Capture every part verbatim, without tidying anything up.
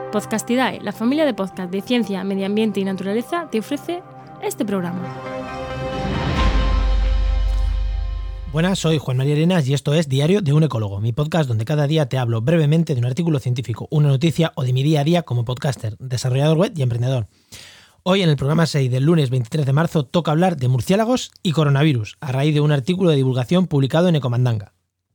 Podcastidae, la familia de podcast de ciencia, medio ambiente y naturaleza, te ofrece este programa. Buenas, soy Juan María Arenas y esto es Diario de un Ecólogo, mi podcast donde cada día te hablo brevemente de un artículo científico, una noticia o de mi día a día como podcaster, desarrollador web y emprendedor. Hoy en el programa seis del lunes veintitrés de marzo toca hablar de murciélagos y coronavirus, a raíz de un artículo de divulgación publicado en Ecomandanga.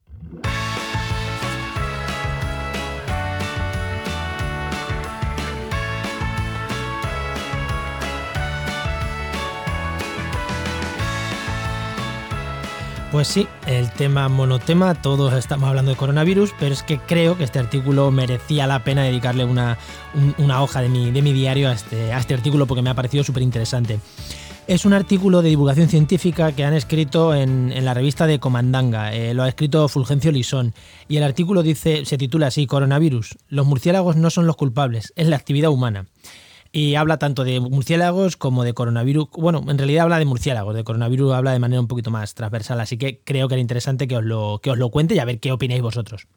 Pues sí, el tema monotema, todos estamos hablando de coronavirus, pero es que creo que este artículo merecía la pena dedicarle una, un, una hoja de mi, de mi diario a este, a este artículo porque me ha parecido súper interesante. Es un artículo de divulgación científica que han escrito en, en la revista de Ecomandanga, eh, lo ha escrito Fulgencio Lisón, y el artículo dice, se titula así: Coronavirus, los murciélagos no son los culpables, es la actividad humana. Y habla tanto de murciélagos como de coronavirus. Bueno, en realidad habla de murciélagos, de coronavirus habla de manera un poquito más transversal, así que creo que era interesante que os lo, que os lo cuente y a ver qué opináis vosotros.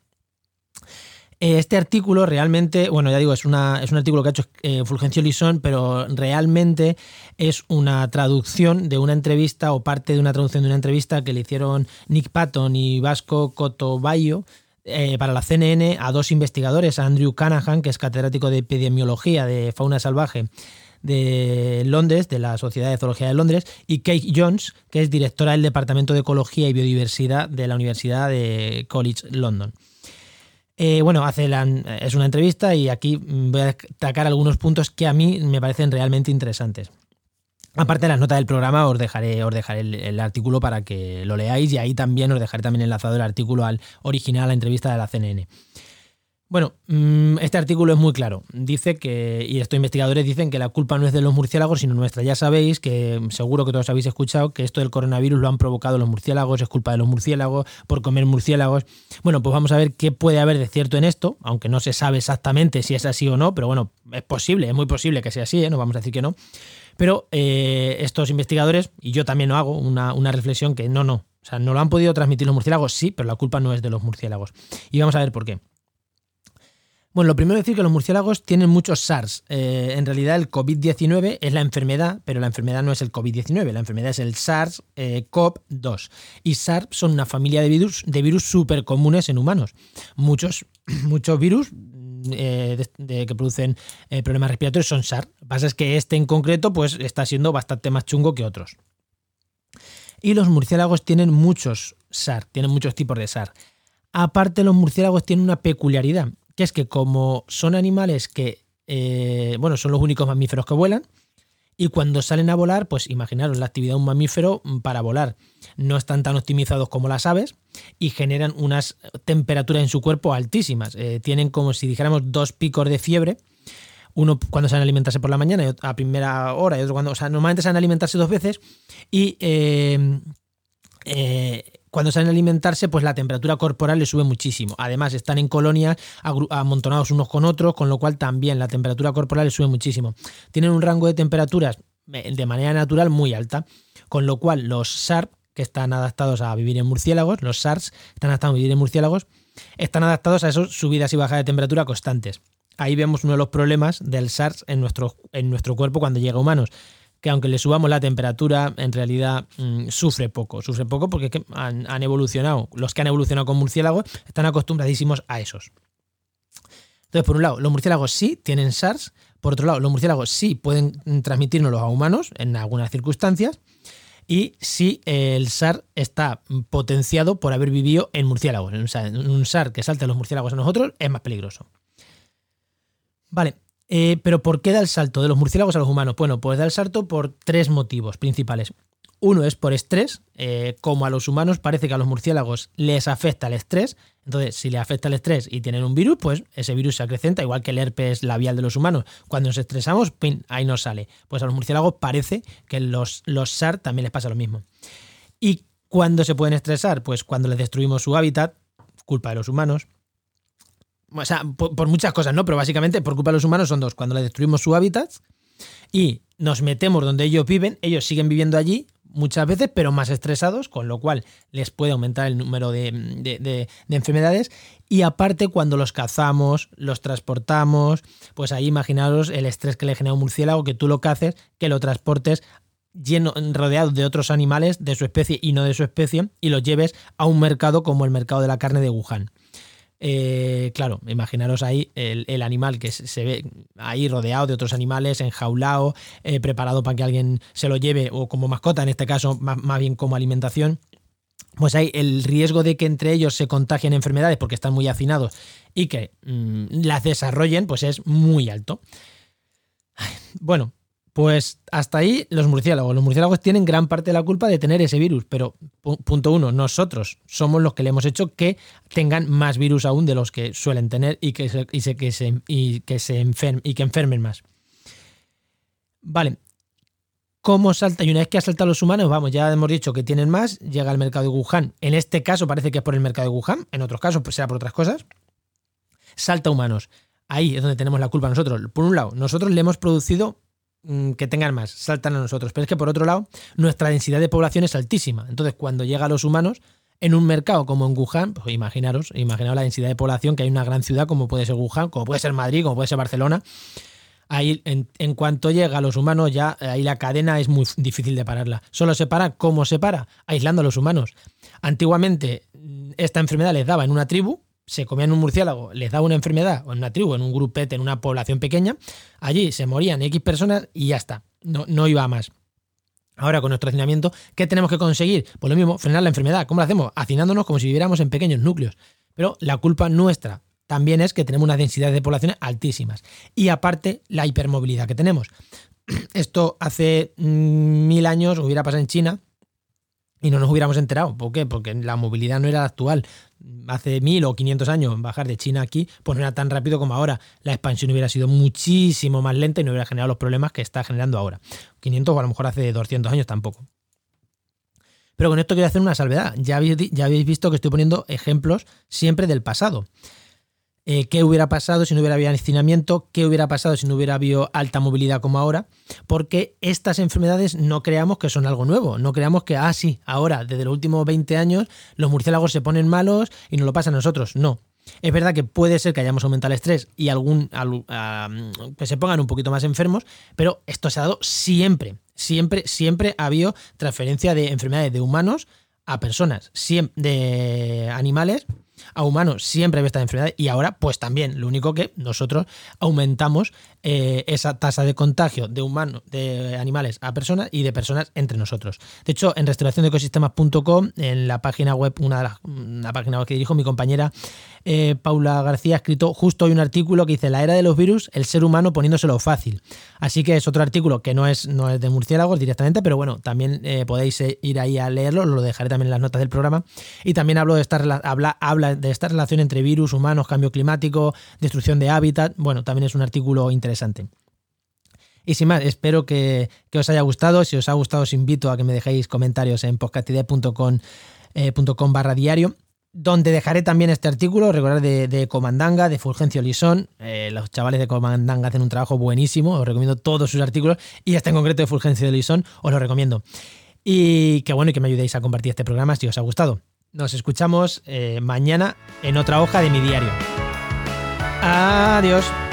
Este artículo realmente, bueno, ya digo, es, una, es un artículo que ha hecho eh, Fulgencio Lisón, pero realmente es una traducción de una entrevista o parte de una traducción de una entrevista que le hicieron Nick Patton y Vasco Cotobayo, Eh, para la C N N a dos investigadores, a Andrew Canahan, que es catedrático de epidemiología de fauna salvaje de Londres, de la Sociedad de Zoología de Londres, y Kate Jones, que es directora del Departamento de Ecología y Biodiversidad de la Universidad de College London. Eh, bueno, hace la, es una entrevista y aquí voy a destacar algunos puntos que a mí me parecen realmente interesantes. Aparte de las notas del programa os dejaré, os dejaré el, el artículo para que lo leáis y ahí también os dejaré también enlazado el artículo al original, a la entrevista de la C N N. Bueno, este artículo es muy claro. Dice que, y estos investigadores dicen que la culpa no es de los murciélagos sino nuestra. Ya sabéis que seguro que todos habéis escuchado que esto del coronavirus lo han provocado los murciélagos, es culpa de los murciélagos por comer murciélagos. Bueno, pues vamos a ver qué puede haber de cierto en esto, aunque no se sabe exactamente si es así o no, pero bueno, es posible, es muy posible que sea así, ¿eh? No vamos a decir que no. Pero eh, estos investigadores, y yo también lo hago, una, una reflexión que no, no. O sea, no lo han podido transmitir los murciélagos, sí, pero la culpa no es de los murciélagos. Y vamos a ver por qué. Bueno, lo primero es decir que los murciélagos tienen muchos SARS. Eh, en realidad el COVID diecinueve es la enfermedad, pero la enfermedad no es el COVID diecinueve, la enfermedad es el SARS CoV dos. Y SARS son una familia de virus, de virus súper comunes en humanos. Muchos, muchos virus Eh, de, de, que producen eh, problemas respiratorios son SARS. Lo que pasa es que este en concreto pues, está siendo bastante más chungo que otros. Y los murciélagos tienen muchos SARS, tienen muchos tipos de SARS. Aparte, los murciélagos tienen una peculiaridad, que es que como son animales que, eh, bueno, son los únicos mamíferos que vuelan, y cuando salen a volar, pues imaginaros la actividad de un mamífero para volar. No están tan optimizados como las aves y generan unas temperaturas en su cuerpo altísimas. Eh, tienen como si dijéramos dos picos de fiebre. Uno cuando salen a alimentarse por la mañana y a primera hora y otro cuando... O sea, normalmente salen a alimentarse dos veces y... Eh, eh, Cuando salen a alimentarse, pues la temperatura corporal les sube muchísimo. Además, están en colonias amontonados unos con otros, con lo cual también la temperatura corporal les sube muchísimo. Tienen un rango de temperaturas de manera natural muy alta, con lo cual los SARS, que están adaptados a vivir en murciélagos, los SARS están adaptados a vivir en murciélagos, están adaptados a esas subidas y bajadas de temperatura constantes. Ahí vemos uno de los problemas del SARS en nuestro, en nuestro cuerpo cuando llega a humanos, que aunque le subamos la temperatura, en realidad mmm, sufre poco. Sufre poco porque es que han, han evolucionado. Los que han evolucionado con murciélagos están acostumbradísimos a esos. Entonces, por un lado, los murciélagos sí tienen SARS. Por otro lado, los murciélagos sí pueden transmitírnoslos a humanos en algunas circunstancias. Y sí, el SARS está potenciado por haber vivido en murciélagos. O sea, un SARS que salte a los murciélagos a nosotros es más peligroso. Vale. Eh, pero ¿por qué da el salto de los murciélagos a los humanos? Bueno, pues da el salto por tres motivos principales. Uno es por estrés, eh, como a los humanos parece que a los murciélagos les afecta el estrés. Entonces, si les afecta el estrés y tienen un virus, pues ese virus se acrecenta, igual que el herpes labial de los humanos. Cuando nos estresamos, ¡pin!, ahí nos sale. Pues a los murciélagos parece que los, los SARS también les pasa lo mismo. ¿Y cuándo se pueden estresar? Pues cuando les destruimos su hábitat, culpa de los humanos. O sea, por, por muchas cosas, ¿no? Pero básicamente por culpa de los humanos son dos. Cuando les destruimos su hábitat y nos metemos donde ellos viven, ellos siguen viviendo allí, muchas veces, pero más estresados, con lo cual les puede aumentar el número de, de, de, de enfermedades. Y aparte, cuando los cazamos, los transportamos, pues ahí imaginaros el estrés que le genera un murciélago, que tú lo caces, que lo transportes lleno, rodeado de otros animales de su especie y no de su especie, y los lleves a un mercado como el mercado de la carne de Wuhan. Eh, claro, imaginaros ahí el, el animal que se, se ve ahí rodeado de otros animales, enjaulado, eh, preparado para que alguien se lo lleve, o como mascota, en este caso, más, más bien como alimentación. Pues hay el riesgo de que entre ellos se contagien enfermedades porque están muy hacinados y que mmm, las desarrollen, pues es muy alto. Bueno, pues hasta ahí los murciélagos. Los murciélagos tienen gran parte de la culpa de tener ese virus, pero punto uno, nosotros somos los que le hemos hecho que tengan más virus aún de los que suelen tener y que se, y se, que se, y que se enfermen, y que enfermen más. Vale. ¿Cómo salta? Y una vez que ha saltado los humanos, vamos, ya hemos dicho que tienen más, llega al mercado de Wuhan. En este caso parece que es por el mercado de Wuhan, en otros casos pues será por otras cosas. Salta humanos. Ahí es donde tenemos la culpa nosotros. Por un lado, nosotros le hemos producido que tengan más, saltan a nosotros. Pero es que por otro lado, nuestra densidad de población es altísima. Entonces, cuando llega a los humanos, en un mercado como en Wuhan, pues imaginaros, imaginaos la densidad de población, que hay una gran ciudad como puede ser Wuhan, como puede ser Madrid, como puede ser Barcelona. Ahí, en, en cuanto llega a los humanos, ya ahí la cadena es muy difícil de pararla. Solo se para, ¿cómo se para? Aislando a los humanos. Antiguamente, esta enfermedad les daba en una tribu, se comían un murciélago, les daba una enfermedad, o en una tribu, en un grupete, en una población pequeña, allí se morían X personas y ya está, no, no iba a más. Ahora, con nuestro hacinamiento, ¿qué tenemos que conseguir? Pues lo mismo, frenar la enfermedad. ¿Cómo lo hacemos? Hacinándonos como si viviéramos en pequeños núcleos. Pero la culpa nuestra también es que tenemos unas densidades de poblaciones altísimas. Y aparte, la hipermovilidad que tenemos. Esto hace mil años hubiera pasado en China y no nos hubiéramos enterado. ¿Por qué? Porque la movilidad no era la actual. Hace mil o quinientos años bajar de China aquí pues no era tan rápido como ahora. La expansión hubiera sido muchísimo más lenta y no hubiera generado los problemas que está generando ahora. quinientos o a lo mejor hace doscientos años tampoco. Pero con esto quiero hacer una salvedad. Ya habéis, ya habéis visto que estoy poniendo ejemplos siempre del pasado. Eh, ¿Qué hubiera pasado si no hubiera habido hacinamiento? ¿Qué hubiera pasado si no hubiera habido alta movilidad como ahora? Porque estas enfermedades no creamos que son algo nuevo. No creamos que, ah, sí, ahora, desde los últimos veinte años, los murciélagos se ponen malos y nos lo pasan a nosotros. No. Es verdad que puede ser que hayamos aumentado el estrés y algún al, a, que se pongan un poquito más enfermos, pero esto se ha dado siempre. Siempre, siempre ha habido transferencia de enfermedades de humanos a personas, de animales a humanos, siempre había esta enfermedad y ahora pues también, lo único que nosotros aumentamos eh, esa tasa de contagio de humanos, de animales a personas y de personas entre nosotros. De hecho, en restauración de ecosistemas punto com, en la página web, una de las una página web que dirijo, mi compañera eh, Paula García ha escrito justo hoy un artículo que dice: la era de los virus, el ser humano poniéndoselo fácil. Así que es otro artículo que no es, no es de murciélagos directamente, pero bueno, también eh, podéis ir ahí a leerlo, lo dejaré también en las notas del programa. Y también hablo de esta, habla, habla de esta relación entre virus, humanos, cambio climático, destrucción de hábitat. Bueno, también es un artículo interesante. Y sin más, espero que, que os haya gustado. Si os ha gustado, os invito a que me dejéis comentarios en podcastidad punto com eh, barra diario, donde dejaré también este artículo, recordar de, de Comandanga, de Fulgencio Lisón. Eh, los chavales de Comandanga hacen un trabajo buenísimo, os recomiendo todos sus artículos, y este en concreto de Fulgencio Lisón os lo recomiendo. Y que bueno, y que me ayudéis a compartir este programa si os ha gustado. Nos escuchamos eh, mañana en otra hoja de mi diario. Adiós.